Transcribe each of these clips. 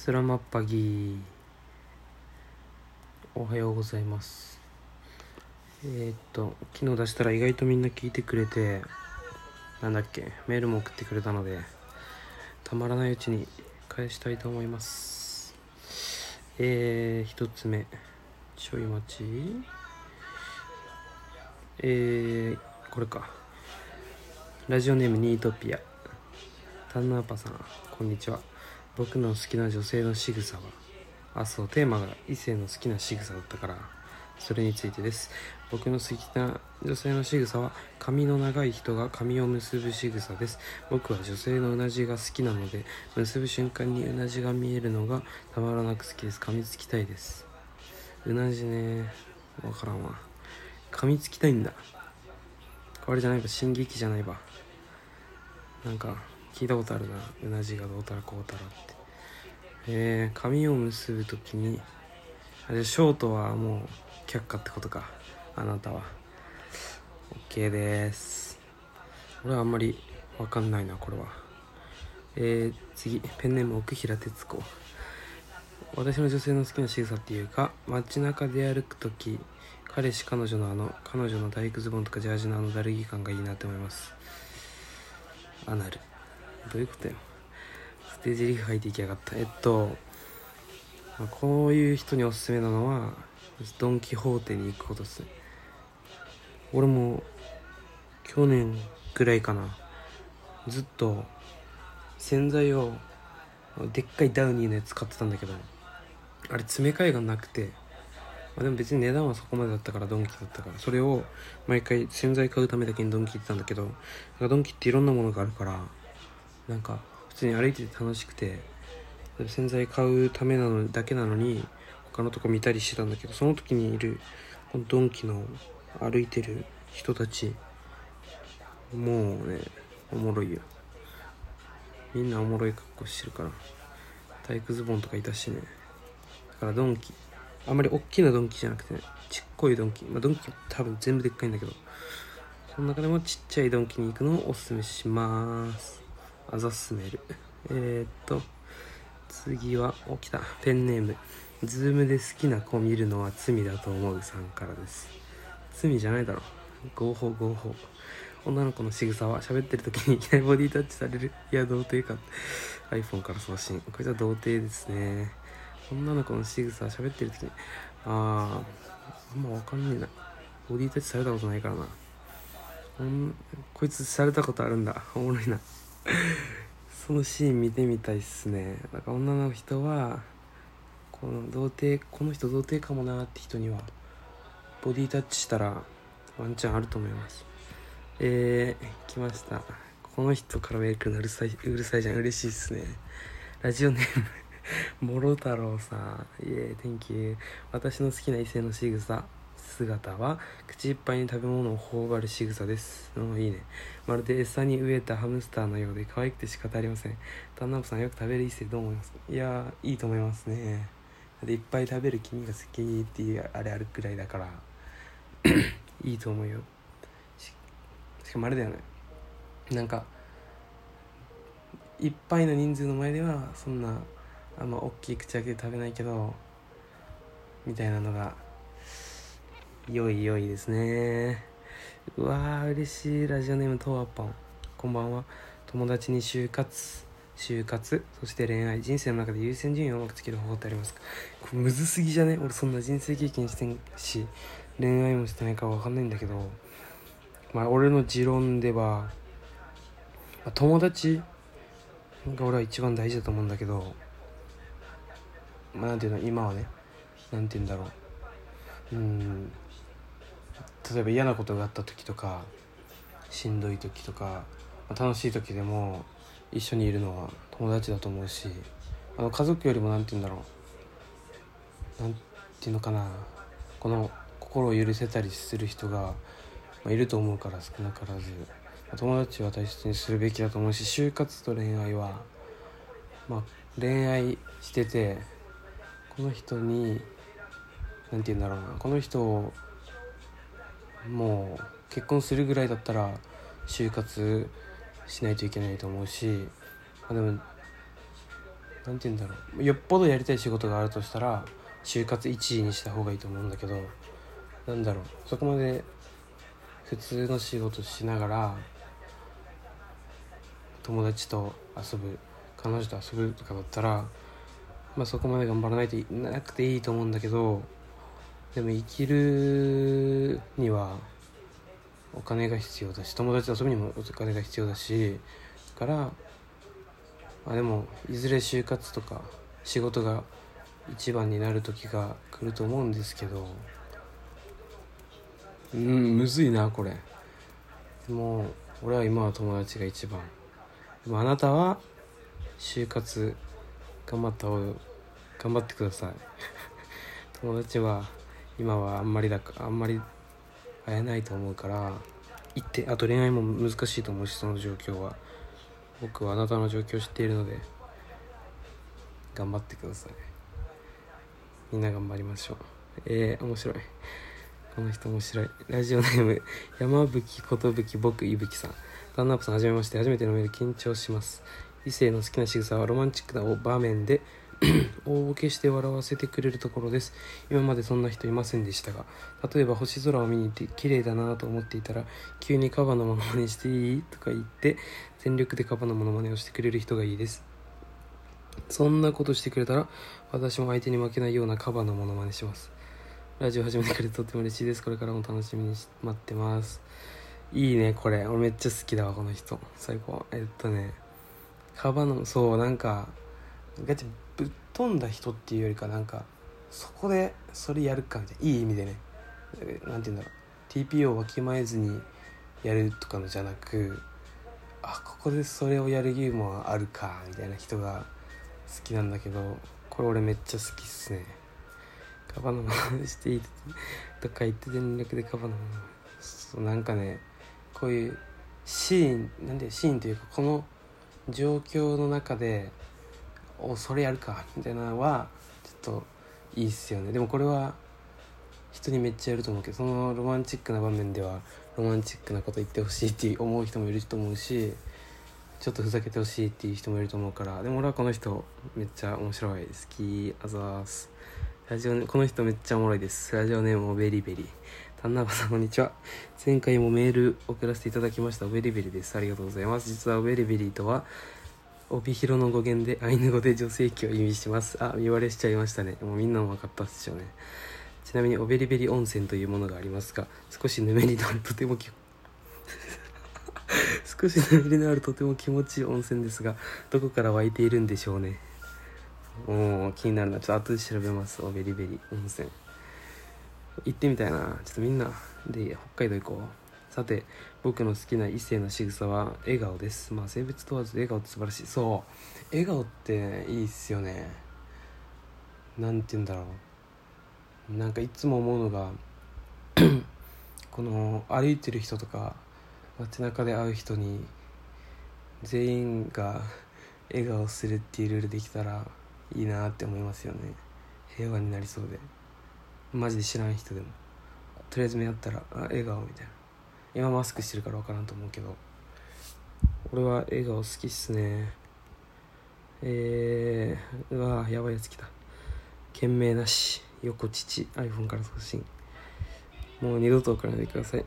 スラマッパギー、おはようございます。昨日出したら意外とみんな聞いてくれて、メールも送ってくれたので、たまらないうちに返したいと思います。一つ目、ちょい待ち。これか。ラジオネームニートピア。タンナーパさん、こんにちは。僕の好きな女性の仕草は、テーマが異性の好きな仕草だったから、それについてです。僕の好きな女性の仕草は、髪の長い人が髪を結ぶ仕草です。僕は女性のうなじが好きなので、結ぶ瞬間にうなじが見えるのがたまらなく好きです。噛みつきたいです。うなじね、わからんわ。噛みつきたいんだ。これじゃないば、進撃じゃないば。なんか聞いたことあるな、うなじがどうたらこうたらって。髪を結ぶときに、ショートはもう却下ってことか。あなたは OK です。俺はあんまりわかんないな、これは。次、ペンネーム奥平徹子。私の女性の好きな仕草っていうか、街中で歩くとき、彼氏彼女の体育ズボンとかジャージのだるぎ感がいいなって思います。アナル、どういうことよ。ステージリフ書いていきやがった。こういう人におすすめなのはドン・キホーテに行くことですね。俺も去年ぐらいかな、ずっと洗剤をでっかいダウニーのやつ買ってたんだけど、あれ詰め替えがなくて、でも別に値段はそこまでだったから、ドンキだったから、それを毎回洗剤買うためだけにドンキ行ってたんだけど、ドンキっていろんなものがあるから、なんか普通に歩いてて楽しくて、洗剤買うためだけなのに他のとこ見たりしてたんだけど、その時にいるこのドンキの歩いてる人たち、もうね、おもろいよ。みんなおもろい格好してるから、体育ズボンとかいたしね。だからドンキ、あんまり大きなドンキじゃなくてね、ちっこいドンキ、ドンキ多分全部でっかいんだけど、その中でもちっちゃいドンキに行くのをおすすめします。あざすめる。次は起きた。ペンネーム、ズームで好きな子見るのは罪だと思うさんからです。罪じゃないだろ、合法。女の子の仕草は喋ってる時にいきなりボディタッチされる。いや童貞か。 iPhone から送信。こいつは童貞ですね。女の子の仕草は喋ってる時に、あんま分かんねえな。ボディタッチされたことないからな。こいつされたことあるんだ。おもろいな。そのシーン見てみたいっすね。だから女の人はこの人童貞かもなって人にはボディタッチしたらワンチャンあると思います。来ました。この人からメール来るのうるさいじゃん。嬉しいっすね。ラジオネームもろ太郎さん、Thank you。 私の好きな異性の姿は口いっぱいに食べ物を頬張る仕草です。いいね。まるで餌に飢えたハムスターのようで可愛くて仕方ありません。タンナブさん、よく食べる異性どう思いますか？いやいいと思いますね。でいっぱい食べる君が好きっていうあれあるくらいだからいいと思うよ。しかもあれだよね、なんかいっぱいの人数の前ではそんなあんま大きい口開けて食べないけどみたいなのが良いですね。うわー嬉しい。ラジオネームトワパン、こんばんは。友達に就活、そして恋愛、人生の中で優先順位をうまくつける方法ってありますか？これむずすぎじゃね？俺そんな人生経験してんし恋愛もしてないから分かんないんだけど、俺の持論では、友達が俺は一番大事だと思うんだけど、なんていうの、今はね、なんていうんだろう、例えば嫌なことがあった時とかしんどい時とか、楽しい時でも一緒にいるのは友達だと思うし、家族よりもなんていうんだろう、なんていうのかな、この心を許せたりする人が、いると思うから、少なからず友達は大切にするべきだと思うし、就活と恋愛は、恋愛しててこの人になんていうんだろうな、この人をもう結婚するぐらいだったら就活しないといけないと思うし、でもなんて言うんだろう、よっぽどやりたい仕事があるとしたら就活1位にした方がいいと思うんだけど、なんだろう、そこまで普通の仕事しながら友達と遊ぶ、彼女と遊ぶとかだったら、そこまで頑張らないとなくていいと思うんだけど、でも生きるにはお金が必要だし、友達と遊ぶにもお金が必要だし、だからでもいずれ就活とか仕事が一番になる時が来ると思うんですけど、むずいなこれ。でも俺は今は友達が一番。でもあなたは就活頑張ってください友達は今はあんまり会えないと思うから、あと恋愛も難しいと思うし、その状況は僕はあなたの状況を知っているので頑張ってください。みんな頑張りましょう。面白い、この人面白い。ラジオネーム山吹寿僕いぶきさん。タンナップさん、はじめまして。初めてのメール緊張します。異性の好きな仕草はロマンチックな場面で大ボケして笑わせてくれるところです。今までそんな人いませんでしたが、例えば星空を見に行って綺麗だなと思っていたら、急にカバのモノマネしていいとか言って全力でカバのモノマネをしてくれる人がいいです。そんなことしてくれたら私も相手に負けないようなカバのモノマネします。ラジオ始めてくれてとっても嬉しいです。これからも楽しみに待ってます。いいね、これ俺めっちゃ好きだわ、この人最高。カバの、そう、なんかガチぶっ飛んだ人っていうよりか、なんかそこでそれやるかみたいな、いい意味でね、なんて言うんだろう、 TPO をわきまえずにやるとかのじゃなく、ここでそれをやる義務はあるかみたいな人が好きなんだけど、これ俺めっちゃ好きっすね。カバのまましていいとか言って全力でカバのまま、そう、なんかね、こういうシーンというか、この状況の中でそれやるかみたいなのはちょっといいっすよね。でもこれは人にめっちゃやると思うけど、そのロマンチックな場面ではロマンチックなこと言ってほしいって思う人もいると思うし、ちょっとふざけてほしいっていう人もいると思うから、でも俺はこの人めっちゃ面白い、好き、あざーす。この人めっちゃおもろいです。ラジオネームおベリベリ。タンナバさん、こんにちは。前回もメール送らせていただきましたおベリベリです。ありがとうございます。実はおベリベリとは帯広の語源でアイヌ語で女性器を意味します。言われしちゃいましたね。もうみんなも分かったっしょうね。ちなみにおベリベリ温泉というものがありますが、少しぬめりのあるとても気持ちいい温泉ですが、どこから湧いているんでしょうね。気になるな。ちょっと後で調べます。おベリベリ温泉行ってみたいな。ちょっとみんなで北海道行こう。さて、僕の好きな異性の仕草は笑顔です。性別問わず笑顔って素晴らしい。そう、笑顔っていいっすよね。なんて言うんだろう、なんかいつも思うのがこの歩いてる人とか街中で会う人に全員が笑顔するっていうルールできたらいいなって思いますよね。平和になりそうで、マジで知らん人でもとりあえず目合ったら笑顔みたいな。今マスクしてるから分からんと思うけど、俺は笑顔好きっすね。うわやばいやつ来た。件名なし、横父 iPhone から送信。もう二度と送らないでください。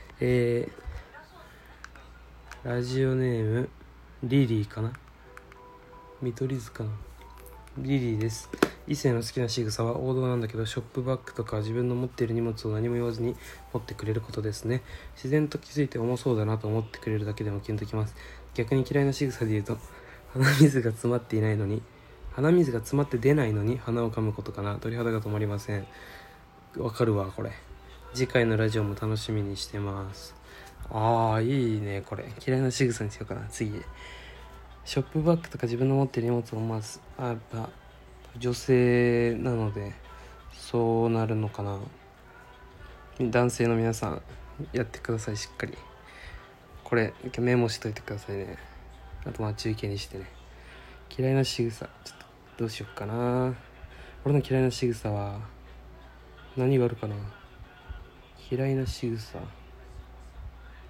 ラジオネームリリーかな、見取り図かな、リリーです。異性の好きな仕草は王道なんだけど、ショップバッグとか自分の持っている荷物を何も言わずに持ってくれることですね。自然と気づいて重そうだなと思ってくれるだけでもキュンときます。逆に嫌いな仕草で言うと、鼻水が詰まって出ないのに鼻を噛むことかな。鳥肌が止まりません。わかるわこれ。次回のラジオも楽しみにしてます。いいねこれ。嫌いな仕草にしようかな。次、ショップバッグとか自分の持っている荷物をやっぱ女性なのでそうなるのかな。男性の皆さんやってください、しっかり。これメモしといてくださいね。あと待ち受けにしてね。嫌いな仕草、ちょっとどうしよっかな。俺の嫌いな仕草は何があるかな。嫌いな仕草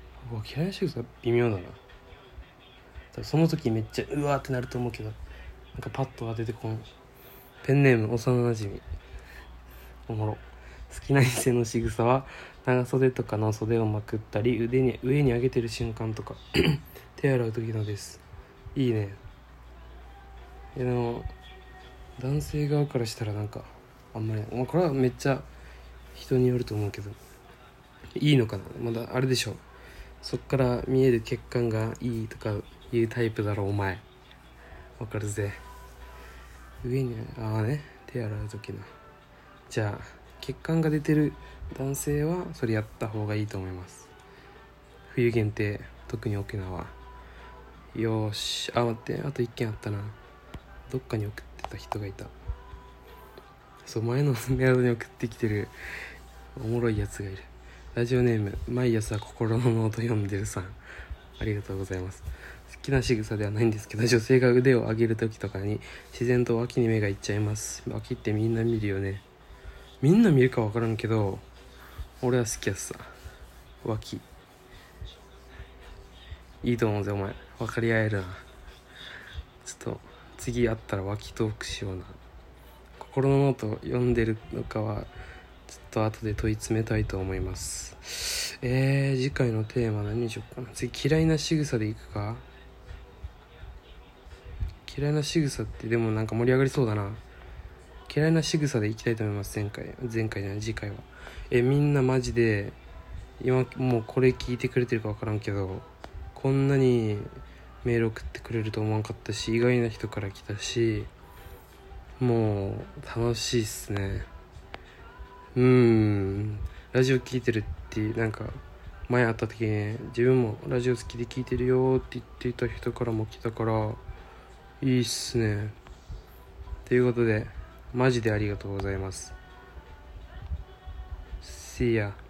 微妙だな。その時めっちゃうわーってなると思うけど、 なんかパッとは出てこん。ペンネーム幼なじみ。おもろ。好きな異性の仕草は長袖とかの袖をまくったり上に上げてる瞬間とか手洗う時のです。いいね。でも男性側からしたらなんかあんまり、これはめっちゃ人によると思うけどいいのかな。まだあれでしょ、そっから見える血管がいいとかいうタイプだろお前。わかるぜ。上に手洗う時な。じゃあ血管が出てる男性はそれやった方がいいと思います。冬限定、特に沖縄。よーし、待って、あと1件あったな。どっかに送ってた人がいた。そう、前のメアドに送ってきてるおもろいやつがいる。ラジオネーム毎朝心のノート読んでるさん、ありがとうございます。好きな仕草ではないんですけど、女性が腕を上げる時とかに自然と脇に目がいっちゃいます。脇ってみんな見るよね。みんな見るか分からんけど俺は好きやつさ。脇いいと思うぜお前。分かり合えるな。ちょっと次会ったら脇トークしような。心のノート読んでるのかはちょっと後で問い詰めたいと思います。次回のテーマ何にしようかな。次嫌いな仕草でいくか。嫌いな仕草ってでもなんか盛り上がりそうだな。嫌いな仕草でいきたいと思います。前回じゃない次回は。みんなマジで今もうこれ聞いてくれてるか分からんけど、こんなにメール送ってくれると思わんかったし、意外な人から来たし、もう楽しいっすね。ラジオ聞いてるってなんか前会った時に自分もラジオ好きで聞いてるよって言っていた人からも来たからいいっすね。ということでマジでありがとうございます。See ya.